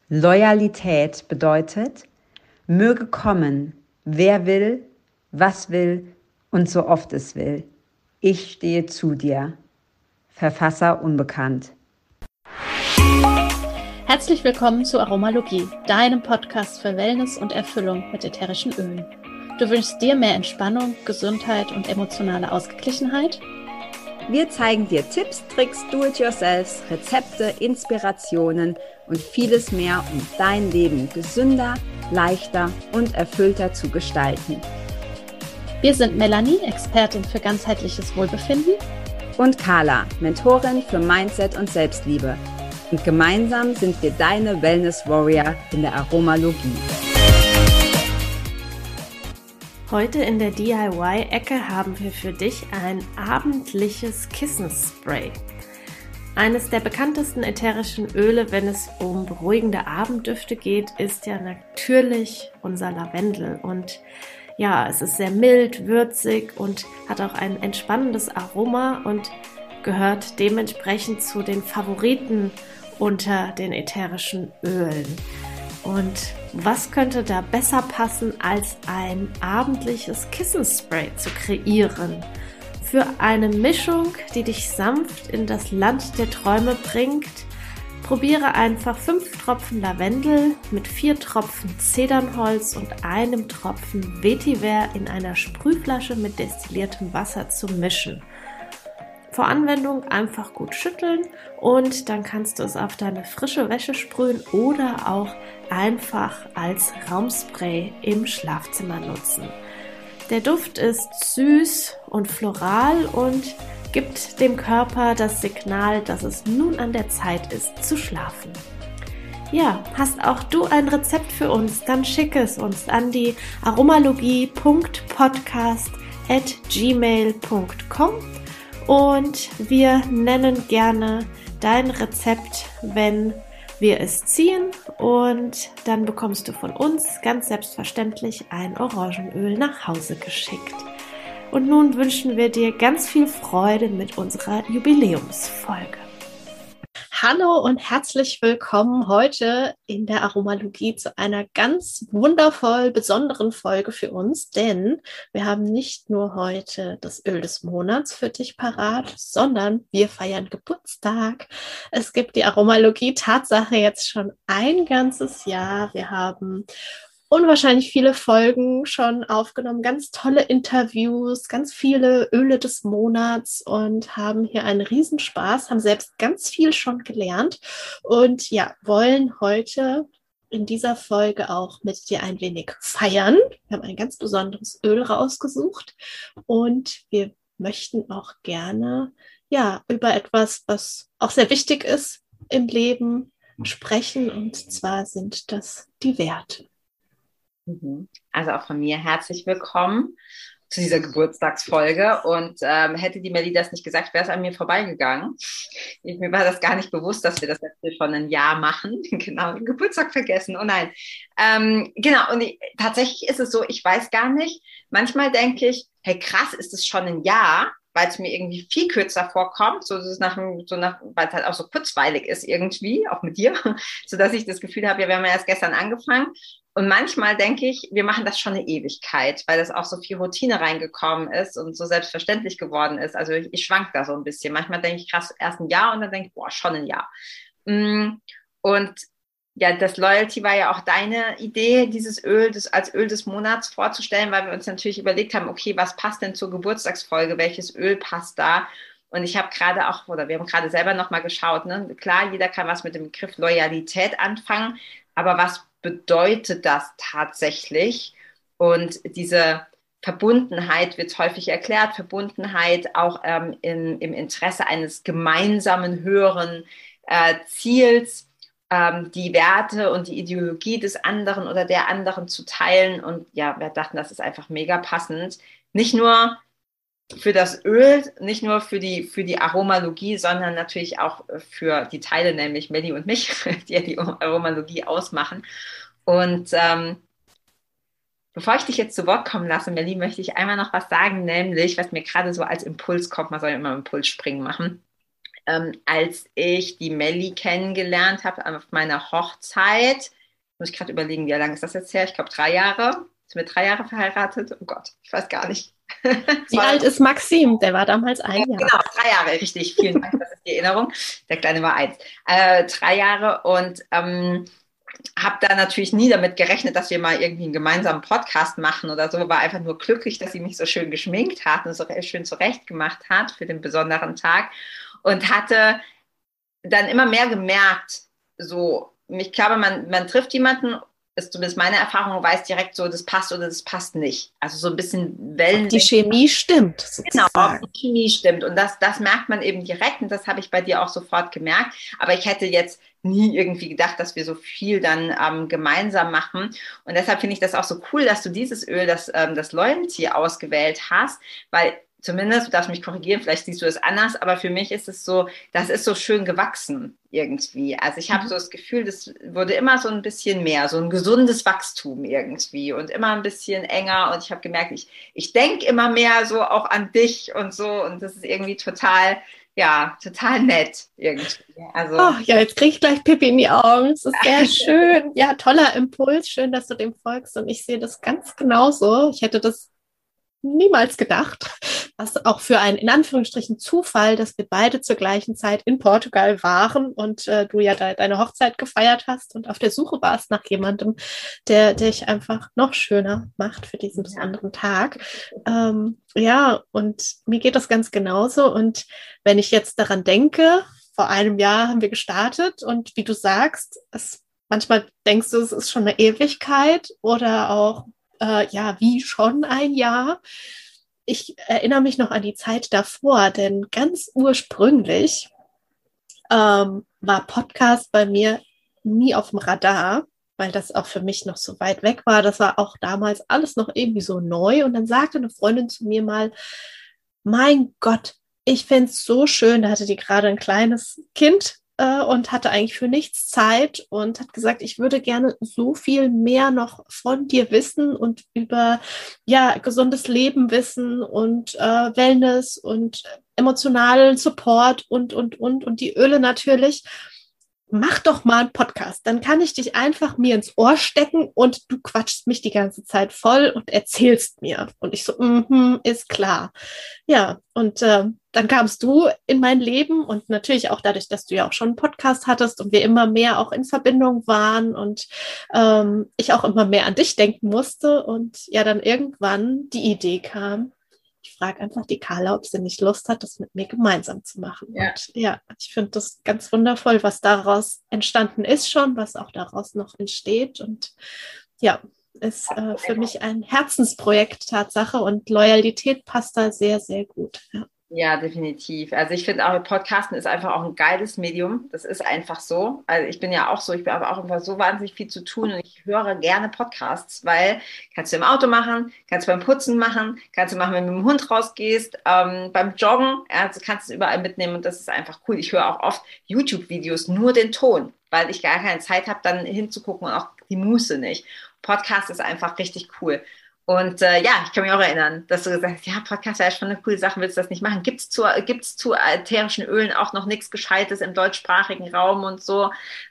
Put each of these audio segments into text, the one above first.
Loyalität bedeutet, möge kommen, wer will, was will und so oft es will. Ich stehe zu dir. Verfasser unbekannt. Herzlich willkommen zu Aromalogie, deinem Podcast für Wellness und Erfüllung mit ätherischen Ölen. Du wünschst dir mehr Entspannung, Gesundheit und emotionale Ausgeglichenheit? Wir zeigen dir Tipps, Tricks, Do-it-yourselfs, Rezepte, Inspirationen und vieles mehr, um dein Leben gesünder, leichter und erfüllter zu gestalten. Wir sind Melanie, Expertin für ganzheitliches Wohlbefinden, und Carla, Mentorin für Mindset und Selbstliebe. Und gemeinsam sind wir deine Wellness Warrior in der Aromalogie. Heute in der DIY-Ecke haben wir für dich ein abendliches Kissenspray. Eines der bekanntesten ätherischen Öle, wenn es um beruhigende Abenddüfte geht, ist ja natürlich unser Lavendel. Und ja, es ist sehr mild, würzig und hat auch ein entspannendes Aroma und gehört dementsprechend zu den Favoriten unter den ätherischen Ölen. Und was könnte da besser passen, als ein abendliches Kissenspray zu kreieren? Für eine Mischung, die dich sanft in das Land der Träume bringt, probiere einfach 5 Tropfen Lavendel mit 4 Tropfen Zedernholz und einem Tropfen Vetiver in einer Sprühflasche mit destilliertem Wasser zu mischen. Vor Anwendung einfach gut schütteln und dann kannst du es auf deine frische Wäsche sprühen oder auch einfach als Raumspray im Schlafzimmer nutzen. Der Duft ist süß und floral und gibt dem Körper das Signal, dass es nun an der Zeit ist zu schlafen. Ja, hast auch du ein Rezept für uns? Dann schick es uns an die aromalogie.podcast@gmail.com. Und wir nennen gerne dein Rezept, wenn wir es ziehen, und dann bekommst du von uns ganz selbstverständlich ein Orangenöl nach Hause geschickt. Und nun wünschen wir dir ganz viel Freude mit unserer Jubiläumsfolge. Hallo und herzlich willkommen heute in der Aromalogie zu einer ganz wundervoll besonderen Folge für uns, denn wir haben nicht nur heute das Öl des Monats für dich parat, sondern wir feiern Geburtstag. Es gibt die Aromalogie Tatsache jetzt schon ein ganzes Jahr. Wir haben unwahrscheinlich viele Folgen schon aufgenommen, ganz tolle Interviews, ganz viele Öle des Monats und haben hier einen Riesenspaß, haben selbst ganz viel schon gelernt und ja, wollen heute in dieser Folge auch mit dir ein wenig feiern. Wir haben ein ganz besonderes Öl rausgesucht und wir möchten auch gerne ja über etwas, was auch sehr wichtig ist im Leben, sprechen, und zwar sind das die Werte. Also auch von mir herzlich willkommen zu dieser Geburtstagsfolge. Und hätte die Melli das nicht gesagt, wäre es an mir vorbeigegangen. Mir war das gar nicht bewusst, dass wir das jetzt schon ein Jahr machen. Genau, den Geburtstag vergessen. Oh nein. Genau, und tatsächlich ist es so, ich weiß gar nicht. Manchmal denke ich, hey krass, ist es schon ein Jahr? Weil es mir irgendwie viel kürzer vorkommt, weil es halt auch so kurzweilig ist irgendwie, auch mit dir, sodass ich das Gefühl habe, ja, wir haben ja erst gestern angefangen. Und manchmal denke ich, wir machen das schon eine Ewigkeit, weil das auch so viel Routine reingekommen ist und so selbstverständlich geworden ist. Also ich schwank da so ein bisschen. Manchmal denke ich, krass, erst ein Jahr, und dann denke ich, boah, schon ein Jahr. Und ja, das Loyalty war ja auch deine Idee, dieses Öl als Öl des Monats vorzustellen, weil wir uns natürlich überlegt haben, okay, was passt denn zur Geburtstagsfolge? Welches Öl passt da? Und wir haben gerade selber nochmal geschaut, ne? Klar, jeder kann was mit dem Begriff Loyalität anfangen, aber was bedeutet das tatsächlich? Und diese Verbundenheit wird häufig erklärt, Verbundenheit auch im Interesse eines gemeinsamen höheren Ziels, die Werte und die Ideologie des anderen oder der anderen zu teilen. Und ja, wir dachten, das ist einfach mega passend. Nicht nur für das Öl, nicht nur für die Aromalogie, sondern natürlich auch für die Teile, nämlich Melli und mich, die ja die Aromalogie ausmachen. Und bevor ich dich jetzt zu Wort kommen lasse, Melli, möchte ich einmal noch was sagen, nämlich, was mir gerade so als Impuls kommt, man soll ja immer Impulsspringen machen. als ich die Melli kennengelernt habe auf meiner Hochzeit. Muss ich gerade überlegen, wie lange ist das jetzt her? Ich glaube 3 Jahre. Sind wir 3 Jahre verheiratet? Oh Gott, ich weiß gar nicht. Wie alt ist Maxim? Der war damals 1 Jahr. Genau, 3 Jahre, richtig. Vielen Dank, das ist die Erinnerung. Der Kleine war 1. 3 Jahre und habe da natürlich nie damit gerechnet, dass wir mal irgendwie einen gemeinsamen Podcast machen oder so. War einfach nur glücklich, dass sie mich so schön geschminkt hat und so schön zurechtgemacht hat für den besonderen Tag. Und hatte dann immer mehr gemerkt, so, ich glaube, man trifft jemanden, ist zumindest meine Erfahrung, weiß direkt so, das passt oder das passt nicht. Also so ein bisschen Wellen. Die Chemie stimmt, sozusagen. Genau, die Chemie stimmt. Und das merkt man eben direkt und das habe ich bei dir auch sofort gemerkt. Aber ich hätte jetzt nie irgendwie gedacht, dass wir so viel dann gemeinsam machen. Und deshalb finde ich das auch so cool, dass du dieses Öl, das Loyalty ausgewählt hast, weil zumindest, du darfst mich korrigieren, vielleicht siehst du es anders, aber für mich ist es so, das ist so schön gewachsen irgendwie. Also ich habe so das Gefühl, das wurde immer so ein bisschen mehr, so ein gesundes Wachstum irgendwie und immer ein bisschen enger und ich habe gemerkt, ich denke immer mehr so auch an dich und so und das ist irgendwie total nett irgendwie. Also, oh, ja, jetzt kriege ich gleich Pipi in die Augen. Es ist sehr schön. Ja, toller Impuls. Schön, dass du dem folgst und ich sehe das ganz genauso. Ich hätte das niemals gedacht, was auch für einen, in Anführungsstrichen, Zufall, dass wir beide zur gleichen Zeit in Portugal waren und du ja deine Hochzeit gefeiert hast und auf der Suche warst nach jemandem, der dich einfach noch schöner macht für diesen besonderen Tag. Ja, und mir geht das ganz genauso. Und wenn ich jetzt daran denke, vor einem Jahr haben wir gestartet und wie du sagst, manchmal denkst du, es ist schon eine Ewigkeit oder auch wie schon ein Jahr. Ich erinnere mich noch an die Zeit davor, denn ganz ursprünglich war Podcast bei mir nie auf dem Radar, weil das auch für mich noch so weit weg war. Das war auch damals alles noch irgendwie so neu. Und dann sagte eine Freundin zu mir mal, mein Gott, ich fände es so schön, da hatte die gerade ein kleines Kind und hatte eigentlich für nichts Zeit und hat gesagt, ich würde gerne so viel mehr noch von dir wissen und über gesundes Leben wissen und Wellness und emotionalen Support und die Öle natürlich. Mach doch mal einen Podcast, dann kann ich dich einfach mir ins Ohr stecken und du quatschst mich die ganze Zeit voll und erzählst mir. Und ich so, ist klar. Ja, und dann kamst du in mein Leben und natürlich auch dadurch, dass du ja auch schon einen Podcast hattest und wir immer mehr auch in Verbindung waren und ich auch immer mehr an dich denken musste und ja dann irgendwann die Idee kam, ich frage einfach die Carla, ob sie nicht Lust hat, das mit mir gemeinsam zu machen. Ja. Und ja, ich finde das ganz wundervoll, was daraus entstanden ist schon, was auch daraus noch entsteht. Und ja, ist für mich ein Herzensprojekt, Tatsache. Und Loyalität passt da sehr, sehr gut. Ja. Ja, definitiv. Also ich finde auch, Podcasten ist einfach auch ein geiles Medium. Das ist einfach so. Also ich bin ja auch so, ich bin aber auch einfach so wahnsinnig viel zu tun und ich höre gerne Podcasts, weil kannst du im Auto machen, kannst du beim Putzen machen, kannst du machen, wenn du mit dem Hund rausgehst, beim Joggen, also kannst du es überall mitnehmen und das ist einfach cool. Ich höre auch oft YouTube-Videos, nur den Ton, weil ich gar keine Zeit habe, dann hinzugucken und auch die Muße nicht. Podcast ist einfach richtig cool. Und ich kann mich auch erinnern, dass du gesagt hast, ja, Podcast wäre schon eine coole Sache, willst du das nicht machen? Gibt's zu ätherischen Ölen auch noch nichts Gescheites im deutschsprachigen Raum und so?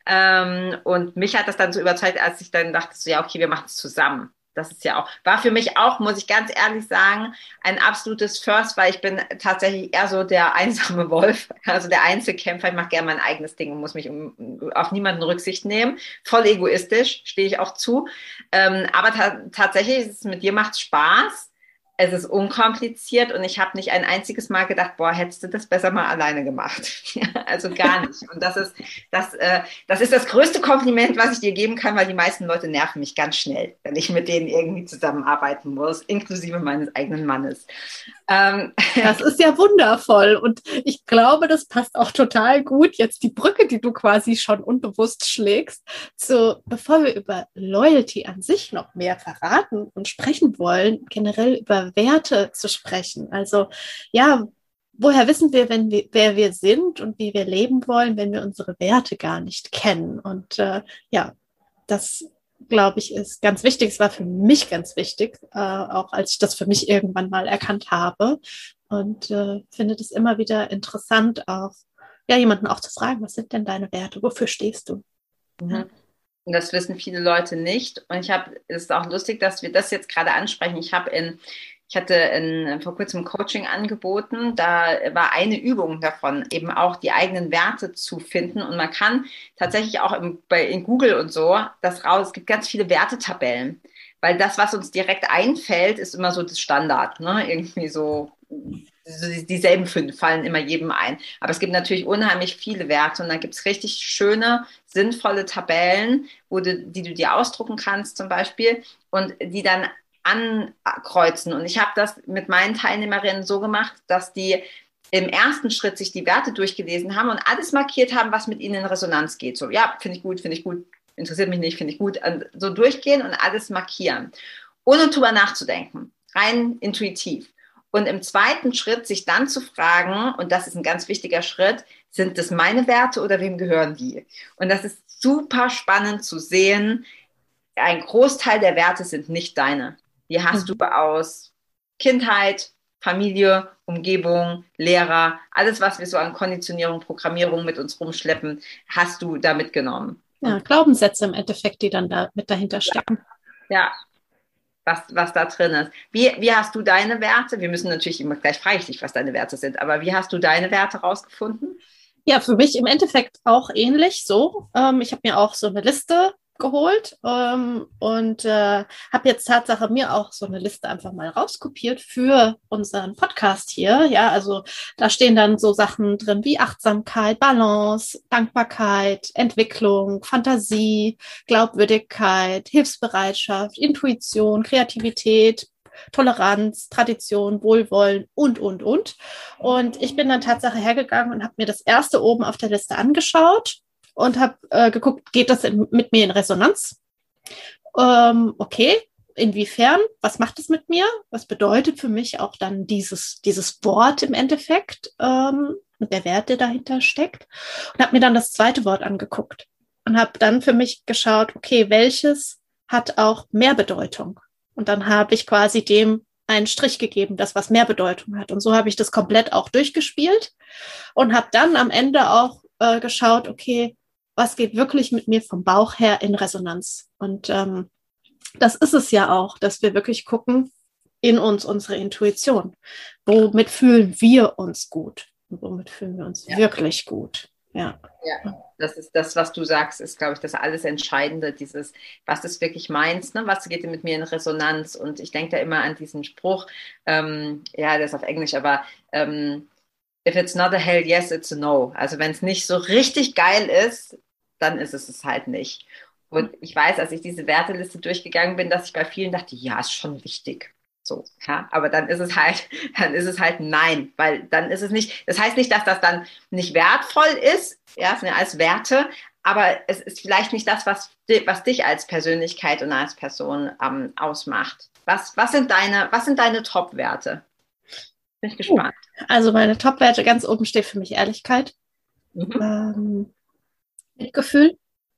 Und mich hat das dann so überzeugt, als ich dann dachte, so, ja, okay, wir machen es zusammen. Das ist ja auch, war für mich auch, muss ich ganz ehrlich sagen, ein absolutes First, weil ich bin tatsächlich eher so der einsame Wolf, also der Einzelkämpfer. Ich mache gerne mein eigenes Ding und muss mich auf niemanden Rücksicht nehmen. Voll egoistisch, stehe ich auch zu. Aber tatsächlich ist es mit dir macht's Spaß. Es ist unkompliziert und ich habe nicht ein einziges Mal gedacht, boah, hättest du das besser mal alleine gemacht. Also gar nicht. Und das ist das größte Kompliment, was ich dir geben kann, weil die meisten Leute nerven mich ganz schnell, wenn ich mit denen irgendwie zusammenarbeiten muss, inklusive meines eigenen Mannes. Das ist ja wundervoll und ich glaube, das passt auch total gut. Jetzt die Brücke, die du quasi schon unbewusst schlägst, bevor wir über Loyalty an sich noch mehr verraten und sprechen wollen, generell über Werte zu sprechen. Also ja, woher wissen wir, wer wir sind und wie wir leben wollen, wenn wir unsere Werte gar nicht kennen? Und das glaube ich, ist ganz wichtig. Es war für mich ganz wichtig, auch als ich das für mich irgendwann mal erkannt habe. Und finde das immer wieder interessant, auch ja, jemanden auch zu fragen, was sind denn deine Werte? Wofür stehst du? Mhm. Und das wissen viele Leute nicht. Und es ist auch lustig, dass wir das jetzt gerade ansprechen. Ich hatte vor kurzem ein Coaching angeboten. Da war eine Übung davon, eben auch die eigenen Werte zu finden. Und man kann tatsächlich auch in Google und so es gibt ganz viele Wertetabellen. Weil das, was uns direkt einfällt, ist immer so das Standard. Ne? Irgendwie so dieselben 5 fallen immer jedem ein. Aber es gibt natürlich unheimlich viele Werte und da gibt es richtig schöne, sinnvolle Tabellen, die du dir ausdrucken kannst zum Beispiel und die dann ankreuzen. Und ich habe das mit meinen Teilnehmerinnen so gemacht, dass die im ersten Schritt sich die Werte durchgelesen haben und alles markiert haben, was mit ihnen in Resonanz geht. So, ja, finde ich gut, interessiert mich nicht, finde ich gut. So durchgehen und alles markieren, ohne drüber nachzudenken, rein intuitiv. Und im zweiten Schritt sich dann zu fragen, und das ist ein ganz wichtiger Schritt, sind das meine Werte oder wem gehören die? Und das ist super spannend zu sehen. Ein Großteil der Werte sind nicht deine. Die hast du aus Kindheit, Familie, Umgebung, Lehrer, alles, was wir so an Konditionierung, Programmierung mit uns rumschleppen, hast du da mitgenommen. Ja, Glaubenssätze im Endeffekt, die dann da mit dahinter stecken. Ja. Was da drin ist. Wie hast du deine Werte? Wir müssen natürlich immer gleich frage ich dich, was deine Werte sind, aber wie hast du deine Werte rausgefunden? Ja, für mich im Endeffekt auch ähnlich so. Ich habe mir auch so eine Liste geholt und habe jetzt Tatsache mir auch so eine Liste einfach mal rauskopiert für unseren Podcast hier. Ja, also da stehen dann so Sachen drin wie Achtsamkeit, Balance, Dankbarkeit, Entwicklung, Fantasie, Glaubwürdigkeit, Hilfsbereitschaft, Intuition, Kreativität, Toleranz, Tradition, Wohlwollen und. Und ich bin dann Tatsache hergegangen und habe mir das erste oben auf der Liste angeschaut und habe geguckt, geht das mit mir in Resonanz? Okay, inwiefern? Was macht es mit mir? Was bedeutet für mich auch dann dieses Wort im Endeffekt und der Wert, der dahinter steckt? Und habe mir dann das zweite Wort angeguckt und habe dann für mich geschaut, okay, welches hat auch mehr Bedeutung? Und dann habe ich quasi dem einen Strich gegeben, das was mehr Bedeutung hat. Und so habe ich das komplett auch durchgespielt und habe dann am Ende auch geschaut, okay, was geht wirklich mit mir vom Bauch her in Resonanz? Und das ist es ja auch, dass wir wirklich gucken in uns, unsere Intuition. Womit fühlen wir uns gut? Und womit fühlen wir uns wirklich gut? Ja. Das ist das, was du sagst, ist, glaube ich, das alles Entscheidende, was ist wirklich meins, ne? Was geht denn mit mir in Resonanz? Und ich denke da immer an diesen Spruch, der ist auf Englisch, aber if it's not a hell yes, it's a no. Also wenn es nicht so richtig geil ist, dann ist es halt nicht. Und ich weiß, als ich diese Werteliste durchgegangen bin, dass ich bei vielen dachte, ja, ist schon wichtig. So, ja, aber dann ist es halt nein, weil dann ist es nicht, das heißt nicht, dass das dann nicht wertvoll ist, ja, es sind ja alles Werte, aber es ist vielleicht nicht das, was dich als Persönlichkeit und als Person ausmacht. Was sind deine Top-Werte? Bin ich gespannt. Also meine Top-Werte, ganz oben steht für mich Ehrlichkeit, Mitgefühl,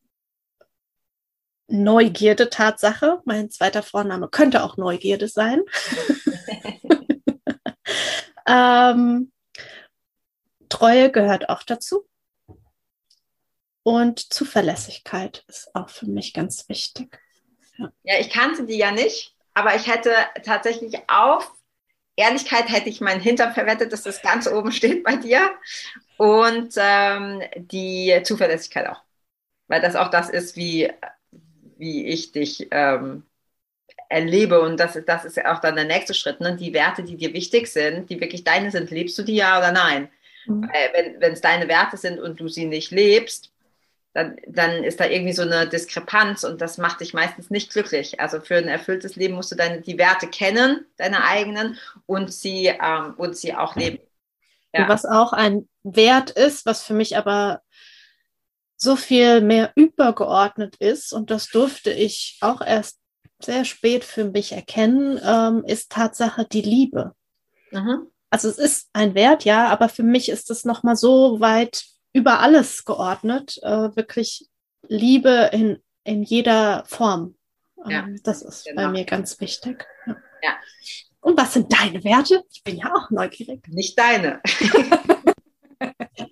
Neugierde, Tatsache. Mein zweiter Vorname könnte auch Neugierde sein. Treue gehört auch dazu. Und Zuverlässigkeit ist auch für mich ganz wichtig. Ja, ich kannte die ja nicht, aber ich hätte tatsächlich auf Ehrlichkeit hätte ich meinen Hintern verwettet, dass das ganz oben steht bei dir. Und die Zuverlässigkeit auch. Weil das auch das ist, wie ich dich erlebe. Und das ist ja auch dann der nächste Schritt. Ne? Die Werte, die dir wichtig sind, die wirklich deine sind, lebst du die ja oder nein? Wenn es deine Werte sind und du sie nicht lebst, dann ist da irgendwie so eine Diskrepanz und das macht dich meistens nicht glücklich. Also für ein erfülltes Leben musst du die Werte kennen, deine eigenen, und sie auch leben. Ja. Und was auch ein Wert ist, was für mich aber so viel mehr übergeordnet ist, und das durfte ich auch erst sehr spät für mich erkennen, ist Tatsache die Liebe. Mhm. Also es ist ein Wert, ja, aber für mich ist es nochmal so weit über alles geordnet, wirklich Liebe in jeder Form. Ja, das ist bei mir ganz wichtig. Ja. Und was sind deine Werte? Ich bin ja auch neugierig. Nicht deine.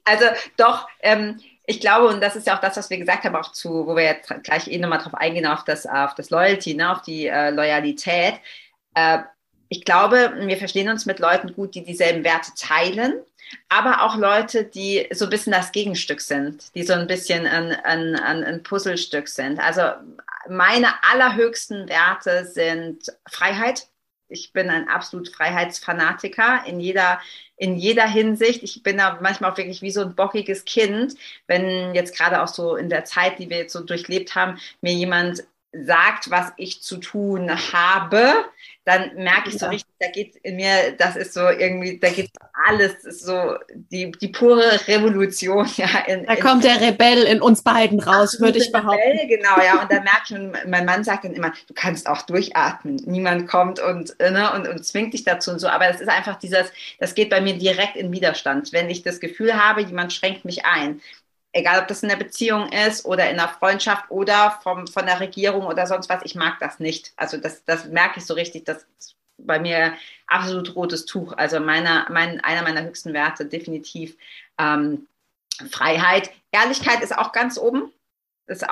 Also doch, ich glaube, und das ist ja auch das, was wir gesagt haben, auch wo wir jetzt gleich nochmal drauf eingehen, auf das Loyalty, ne, auf die Loyalität. Ich glaube, wir verstehen uns mit Leuten gut, die dieselben Werte teilen, aber auch Leute, die so ein bisschen das Gegenstück sind, die so ein bisschen ein Puzzlestück sind. Also meine allerhöchsten Werte sind Freiheit. Ich bin ein absolut Freiheitsfanatiker in jeder Hinsicht. Ich bin da manchmal auch wirklich wie so ein bockiges Kind, wenn jetzt gerade auch so in der Zeit, die wir jetzt so durchlebt haben, mir jemand sagt, was ich zu tun habe, dann merke ich so richtig, da geht in mir, das ist so irgendwie, da geht alles, ist so die pure Revolution. Ja, da kommt der Rebell in uns beiden raus, würde ich behaupten. Rebell, genau, ja, und dann merke ich, und mein Mann sagt dann immer, du kannst auch durchatmen, niemand kommt und zwingt dich dazu und so, aber das ist einfach das geht bei mir direkt in Widerstand, wenn ich das Gefühl habe, jemand schränkt mich ein. Egal, ob das in der Beziehung ist oder in der Freundschaft oder von der Regierung oder sonst was, ich mag das nicht. Also das merke ich so richtig, das ist bei mir absolut rotes Tuch. Also einer meiner höchsten Werte definitiv Freiheit. Ehrlichkeit ist auch ganz oben. Das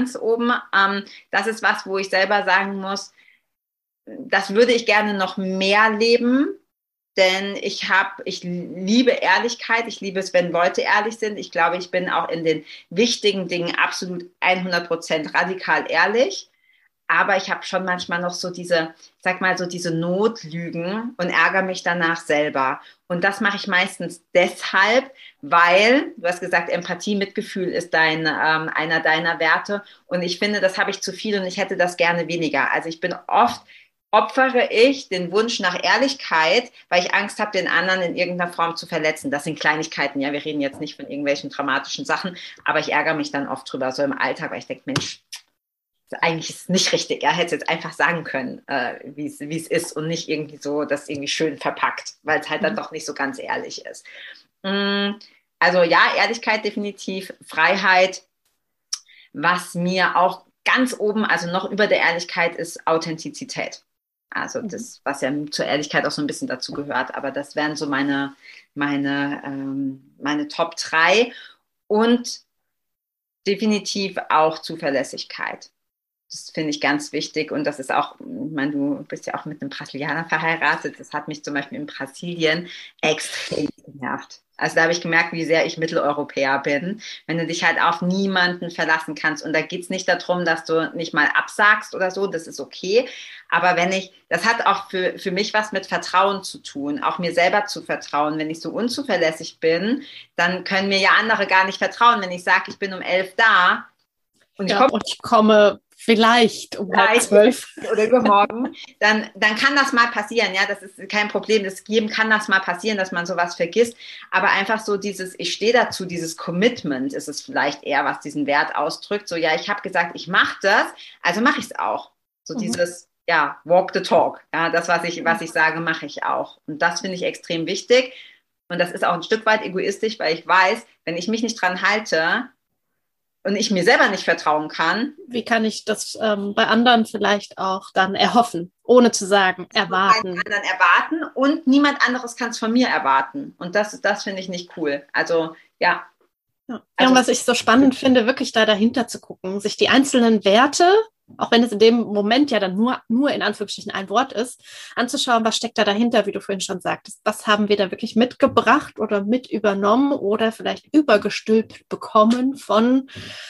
ist was, wo ich selber sagen muss, das würde ich gerne noch mehr leben. Denn ich liebe Ehrlichkeit, ich liebe es, wenn Leute ehrlich sind. Ich glaube, ich bin auch in den wichtigen Dingen absolut 100% radikal ehrlich. Aber ich habe schon manchmal noch so diese Notlügen und ärgere mich danach selber. Und das mache ich meistens deshalb, weil, du hast gesagt, Empathie, Mitgefühl ist einer deiner Werte. Und ich finde, das habe ich zu viel und ich hätte das gerne weniger. Also opfere ich den Wunsch nach Ehrlichkeit, weil ich Angst habe, den anderen in irgendeiner Form zu verletzen. Das sind Kleinigkeiten, ja, wir reden jetzt nicht von irgendwelchen dramatischen Sachen, aber ich ärgere mich dann oft drüber, so im Alltag, weil ich denke, Mensch, eigentlich ist es nicht richtig. Er hätte es jetzt einfach sagen können, wie es ist und nicht irgendwie so, das irgendwie schön verpackt, weil es halt dann doch nicht so ganz ehrlich ist. Also ja, Ehrlichkeit definitiv, Freiheit, was mir auch ganz oben, also noch über der Ehrlichkeit ist Authentizität. Also das, was ja zur Ehrlichkeit auch so ein bisschen dazu gehört, aber das wären so meine Top 3 und definitiv auch Zuverlässigkeit. Das finde ich ganz wichtig und das ist auch, ich meine, du bist ja auch mit einem Brasilianer verheiratet, das hat mich zum Beispiel in Brasilien extrem genervt. Also da habe ich gemerkt, wie sehr ich Mitteleuropäer bin, wenn du dich halt auf niemanden verlassen kannst. Und da geht es nicht darum, dass du nicht mal absagst oder so, das ist okay. Aber das hat auch für mich was mit Vertrauen zu tun, auch mir selber zu vertrauen. Wenn ich so unzuverlässig bin, dann können mir ja andere gar nicht vertrauen. Wenn ich sage, ich bin um 11 da und ich komme vielleicht um 11:30 oder übermorgen, dann kann das mal passieren, ja, das ist kein Problem, jedem kann das mal passieren, dass man sowas vergisst, aber einfach so ich stehe dazu, dieses Commitment ist es vielleicht eher, was diesen Wert ausdrückt, so ja, ich habe gesagt, ich mache das, also mache ich es auch, so dieses, ja, walk the talk, ja, das, was ich sage, mache ich auch und das finde ich extrem wichtig und das ist auch ein Stück weit egoistisch, weil ich weiß, wenn ich mich nicht dran halte, und ich mir selber nicht vertrauen kann. Wie kann ich das bei anderen vielleicht auch dann erhoffen, ohne zu sagen, erwarten? Anderen erwarten und niemand anderes kann es von mir erwarten. Und das finde ich nicht cool. Also, ja. Ja, und was ich so spannend finde, wirklich da dahinter zu gucken, sich die einzelnen Werte, auch wenn es in dem Moment ja dann nur in Anführungsstrichen ein Wort ist, anzuschauen, was steckt da dahinter, wie du vorhin schon sagtest. Was haben wir da wirklich mitgebracht oder mit übernommen oder vielleicht übergestülpt bekommen von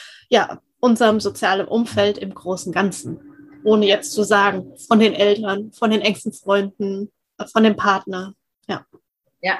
unserem sozialen Umfeld im großen Ganzen. Ohne jetzt zu sagen, von den Eltern, von den engsten Freunden, von dem Partner. Ja. Ja.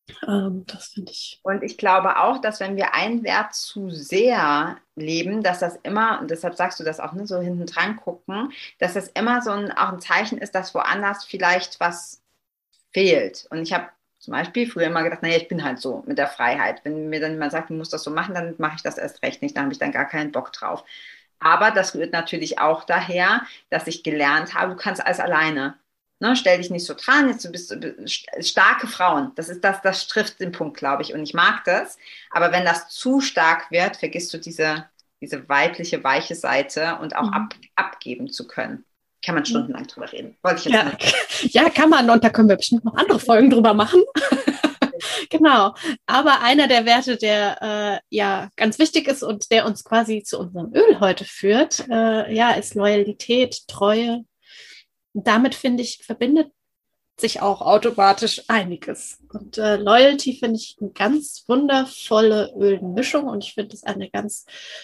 Das finde ich. Und ich glaube auch, dass wenn wir einen Wert zu sehr leben, dass das immer, und deshalb sagst du das auch, ne, so hinten dran gucken, dass das immer so auch ein Zeichen ist, dass woanders vielleicht was fehlt. Und ich habe zum Beispiel früher immer gedacht, naja, ich bin halt so mit der Freiheit. Wenn mir dann jemand sagt, du musst das so machen, dann mache ich das erst recht nicht, da habe ich dann gar keinen Bock drauf. Aber das rührt natürlich auch daher, dass ich gelernt habe, du kannst alles alleine. Ne, stell dich nicht so dran, jetzt du bist starke Frauen. Das trifft den Punkt, glaube ich. Und ich mag das. Aber wenn das zu stark wird, vergisst du diese weibliche, weiche Seite und auch abgeben zu können. Kann man stundenlang drüber reden. Wollte ich jetzt nicht. Ja, kann man. Und da können wir bestimmt noch andere Folgen drüber machen. Genau. Aber einer der Werte, der ja ganz wichtig ist und der uns quasi zu unserem Öl heute führt, ja, ist Loyalität, Treue. Damit, finde ich, verbindet sich auch automatisch einiges. Und Loyalty finde ich eine ganz wundervolle Ölmischung und ich finde es eine ganz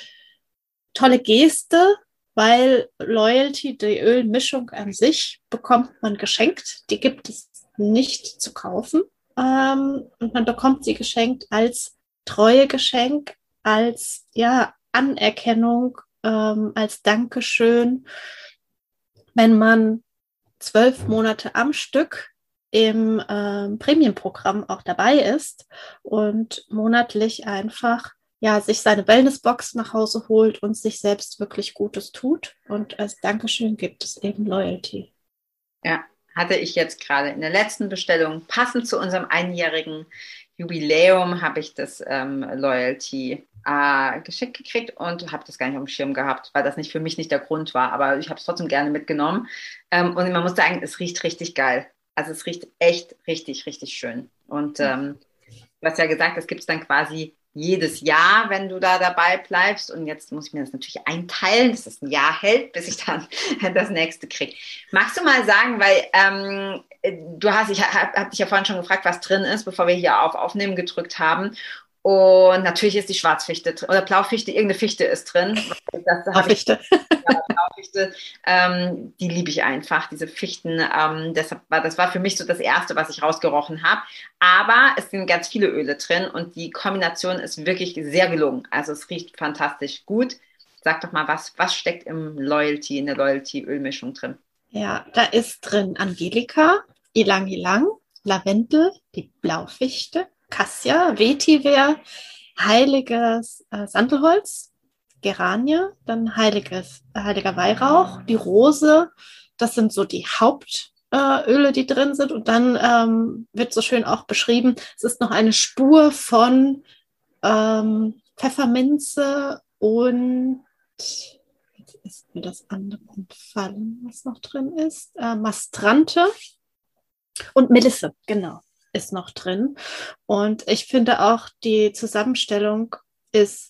tolle Geste, weil Loyalty, die Ölmischung an sich, bekommt man geschenkt. Die gibt es nicht zu kaufen. Und man bekommt sie geschenkt als Treuegeschenk, als ja, Anerkennung, als Dankeschön, wenn man 12 Monate am Stück im Prämienprogramm auch dabei ist und monatlich einfach ja, sich seine Wellnessbox nach Hause holt und sich selbst wirklich Gutes tut. Und als Dankeschön gibt es eben Loyalty. Ja, hatte ich jetzt gerade in der letzten Bestellung, passend zu unserem einjährigen Jubiläum, habe ich das Loyalty geschickt gekriegt und habe das gar nicht auf dem Schirm gehabt, weil das für mich nicht der Grund war, aber ich habe es trotzdem gerne mitgenommen. Und man muss sagen, es riecht richtig geil. Also es riecht echt richtig, richtig schön. Und du hast ja gesagt, es gibt es dann quasi jedes Jahr, wenn du da dabei bleibst. Und jetzt muss ich mir das natürlich einteilen, dass es ein Jahr hält, bis ich dann das nächste kriege. Magst du mal sagen, weil ich habe dich ja vorhin schon gefragt, was drin ist, bevor wir hier auf Aufnehmen gedrückt haben. Und natürlich ist die Schwarzfichte oder Blaufichte, irgendeine Fichte ist drin. Blaufichte. Blaufichte, die liebe ich einfach, diese Fichten. Das war für mich so das Erste, was ich rausgerochen habe. Aber es sind ganz viele Öle drin und die Kombination ist wirklich sehr gelungen. Also es riecht fantastisch gut. Sag doch mal, was steckt in der Loyalty-Ölmischung drin? Ja, da ist drin Angelika, Ylang Ylang, Lavendel, die Blaufichte, Cassia, Vetiver, heiliges Sandelholz, Geranie, dann heiliger Weihrauch, die Rose. Das sind so die Hauptöle, die drin sind. Und dann wird so schön auch beschrieben, es ist noch eine Spur von Pfefferminze und jetzt ist mir das andere entfallen, was noch drin ist. Mastrante und Melisse, genau, ist noch drin. Und ich finde auch, die Zusammenstellung ist,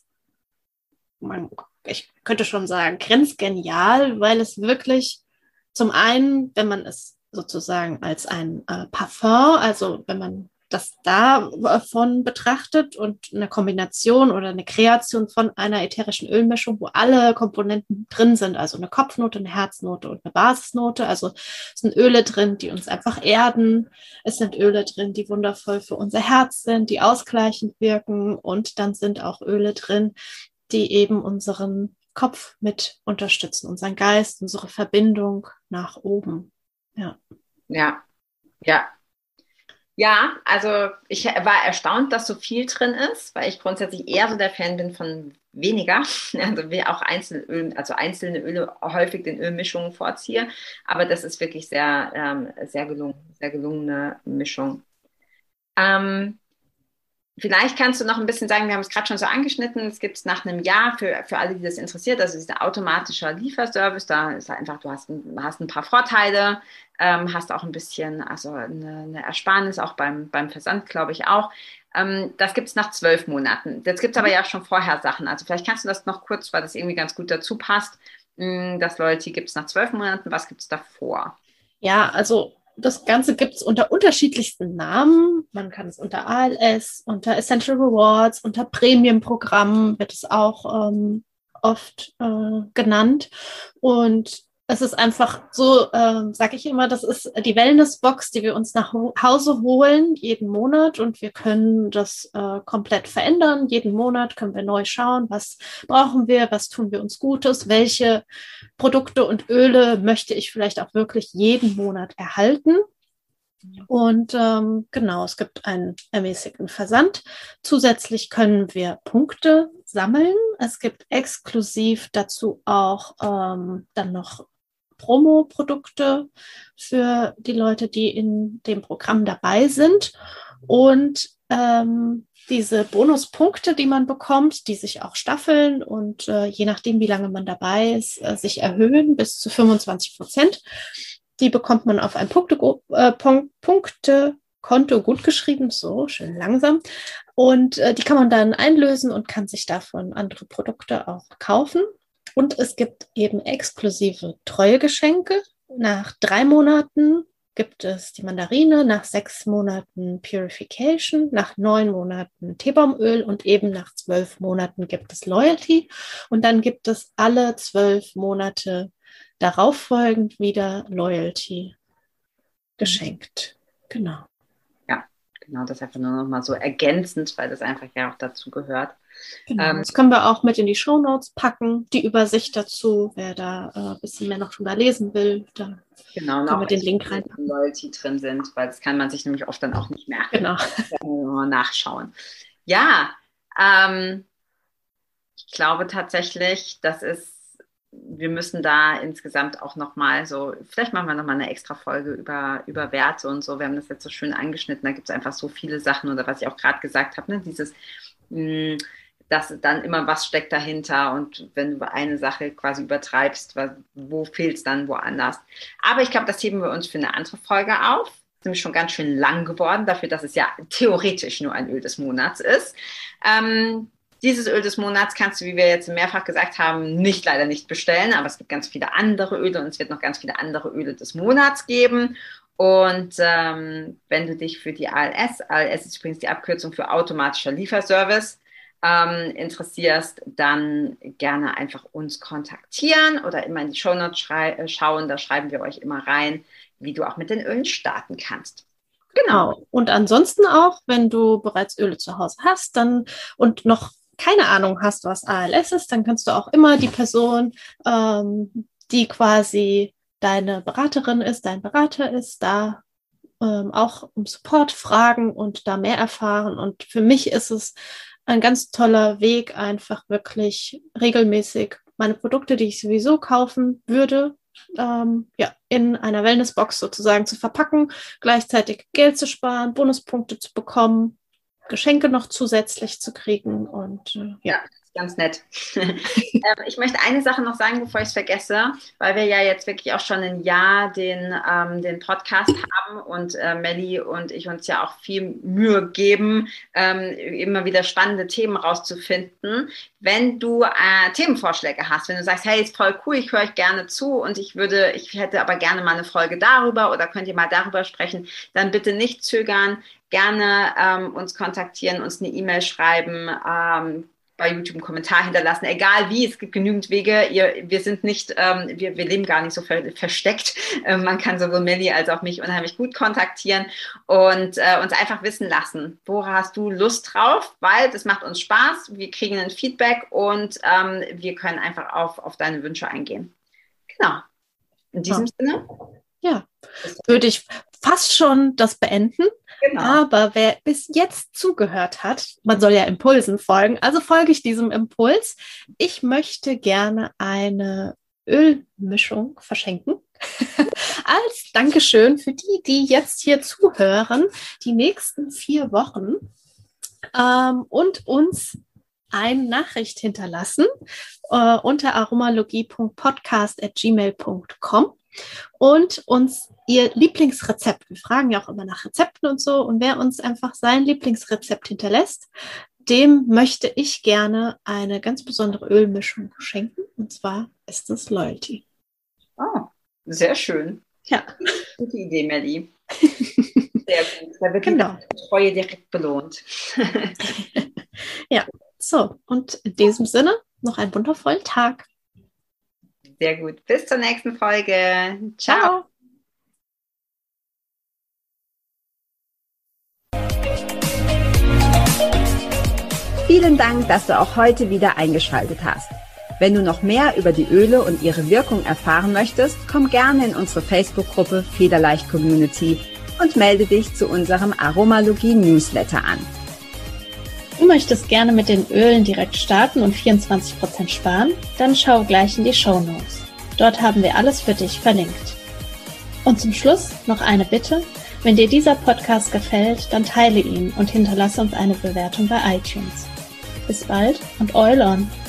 ich könnte schon sagen, grenzgenial, weil es wirklich zum einen, wenn man es sozusagen als ein Parfum, also wenn man das davon betrachtet und eine Kombination oder eine Kreation von einer ätherischen Ölmischung, wo alle Komponenten drin sind, also eine Kopfnote, eine Herznote und eine Basisnote. Also es sind Öle drin, die uns einfach erden. Es sind Öle drin, die wundervoll für unser Herz sind, die ausgleichend wirken. Und dann sind auch Öle drin, die eben unseren Kopf mit unterstützen, unseren Geist, unsere Verbindung nach oben. Ja. Ja, ja. Ja, also ich war erstaunt, dass so viel drin ist, weil ich grundsätzlich eher so der Fan bin von weniger, also wie auch einzelne Öle häufig den Ölmischungen vorziehe, aber das ist wirklich sehr, sehr gelungene Mischung. Vielleicht kannst du noch ein bisschen sagen, wir haben es gerade schon so angeschnitten, es gibt es nach einem Jahr für alle, die das interessiert, also dieser automatische Lieferservice, da ist einfach, du hast ein paar Vorteile, hast auch ein bisschen, also eine Ersparnis, auch beim Versand, glaube ich auch. Das gibt es nach 12 Monaten. Jetzt gibt es aber ja schon vorher Sachen, also vielleicht kannst du das noch kurz, weil das irgendwie ganz gut dazu passt, das Loyalty gibt es nach 12 Monaten, was gibt es davor? Ja, also das Ganze gibt es unter unterschiedlichsten Namen. Man kann es unter ALS, unter Essential Rewards, unter Premium-Programmen wird es auch oft genannt. Und es ist einfach so, sage ich immer, das ist die Wellnessbox, die wir uns nach Hause holen, jeden Monat. Und wir können das komplett verändern. Jeden Monat können wir neu schauen, was brauchen wir, was tun wir uns Gutes, welche Produkte und Öle möchte ich vielleicht auch wirklich jeden Monat erhalten. Und genau, es gibt einen ermäßigten Versand. Zusätzlich können wir Punkte sammeln. Es gibt exklusiv dazu auch dann noch Promo-Produkte für die Leute, die in dem Programm dabei sind. Und diese Bonuspunkte, die man bekommt, die sich auch staffeln und je nachdem, wie lange man dabei ist, sich erhöhen bis zu 25%. Die bekommt man auf ein Punktekonto Konto gut geschrieben, so schön langsam. Und die kann man dann einlösen und kann sich davon andere Produkte auch kaufen. Und es gibt eben exklusive Treuegeschenke. Nach 3 Monaten gibt es die Mandarine, nach 6 Monaten Purification, nach 9 Monaten Teebaumöl und eben nach 12 Monaten gibt es Loyalty. Und dann gibt es alle 12 Monate darauf folgend wieder Loyalty geschenkt. Genau. Ja, genau, das einfach nur noch mal so ergänzend, weil das einfach ja auch dazu gehört. Genau. Das können wir auch mit in die Shownotes packen, die Übersicht dazu, wer da ein bisschen mehr noch drüber lesen will. Da können wir den Link reinpacken. Loyalty drin sind, weil das kann man sich nämlich oft dann auch nicht merken. Genau. Mal nachschauen. Ja, ich glaube tatsächlich, wir müssen da insgesamt auch nochmal vielleicht machen wir nochmal eine extra Folge über Werte und so. Wir haben das jetzt so schön angeschnitten, da gibt es einfach so viele Sachen oder was ich auch gerade gesagt habe, ne? Dass dann immer was steckt dahinter und wenn du eine Sache quasi übertreibst, wo fehlt es dann woanders? Aber ich glaube, das heben wir uns für eine andere Folge auf. Das ist nämlich schon ganz schön lang geworden, dafür, dass es ja theoretisch nur ein Öl des Monats ist. Dieses Öl des Monats kannst du, wie wir jetzt mehrfach gesagt haben, leider nicht bestellen, aber es gibt ganz viele andere Öle und es wird noch ganz viele andere Öle des Monats geben. Und wenn du dich für die ALS ist übrigens die Abkürzung für automatischer Lieferservice, interessierst, dann gerne einfach uns kontaktieren oder immer in die Shownotes schauen. Da schreiben wir euch immer rein, wie du auch mit den Ölen starten kannst. Genau. Und ansonsten auch, wenn du bereits Öle zu Hause hast und noch keine Ahnung hast, was ALS ist, dann kannst du auch immer die Person, die quasi deine Beraterin ist, dein Berater ist, da auch um Support fragen und da mehr erfahren. Und für mich ist es ein ganz toller Weg, einfach wirklich regelmäßig meine Produkte, die ich sowieso kaufen würde, in einer Wellnessbox sozusagen zu verpacken, gleichzeitig Geld zu sparen, Bonuspunkte zu bekommen, Geschenke noch zusätzlich zu kriegen und ja. Ganz nett. Ich möchte eine Sache noch sagen, bevor ich es vergesse, weil wir ja jetzt wirklich auch schon ein Jahr den Podcast haben und Melli und ich uns ja auch viel Mühe geben, immer wieder spannende Themen rauszufinden. Wenn du Themenvorschläge hast, wenn du sagst, hey, ist voll cool, ich höre euch gerne zu und ich hätte aber gerne mal eine Folge darüber oder könnt ihr mal darüber sprechen, dann bitte nicht zögern, gerne uns kontaktieren, uns eine E-Mail schreiben, bei YouTube einen Kommentar hinterlassen, egal wie, es gibt genügend Wege, wir sind nicht, wir leben gar nicht so versteckt, man kann sowohl Melli als auch mich unheimlich gut kontaktieren und uns einfach wissen lassen, worauf hast du Lust drauf, weil das macht uns Spaß, wir kriegen ein Feedback und wir können einfach auf deine Wünsche eingehen. Genau. In diesem Sinne? Ja, würde ich fast schon das beenden. Genau. Aber wer bis jetzt zugehört hat, man soll ja Impulsen folgen, also folge ich diesem Impuls. Ich möchte gerne eine Ölmischung verschenken. Als Dankeschön für die jetzt hier zuhören, die nächsten 4 Wochen und uns eine Nachricht hinterlassen unter aromalogie.podcast@gmail.com und uns ihr Lieblingsrezept. Wir fragen ja auch immer nach Rezepten und so. Und wer uns einfach sein Lieblingsrezept hinterlässt, dem möchte ich gerne eine ganz besondere Ölmischung schenken. Und zwar ist es Loyalty. Oh, sehr schön. Ja. Gute Idee, Melli. Sehr gut. Da wird die Treue direkt belohnt. Ja, so. Und in diesem Sinne noch einen wundervollen Tag. Sehr gut. Bis zur nächsten Folge. Ciao. Vielen Dank, dass du auch heute wieder eingeschaltet hast. Wenn du noch mehr über die Öle und ihre Wirkung erfahren möchtest, komm gerne in unsere Facebook-Gruppe Federleicht Community und melde dich zu unserem Aromalogie-Newsletter an. Du möchtest gerne mit den Ölen direkt starten und 24% sparen? Dann schau gleich in die Shownotes. Dort haben wir alles für dich verlinkt. Und zum Schluss noch eine Bitte. Wenn dir dieser Podcast gefällt, dann teile ihn und hinterlasse uns eine Bewertung bei iTunes. Bis bald und Oil on!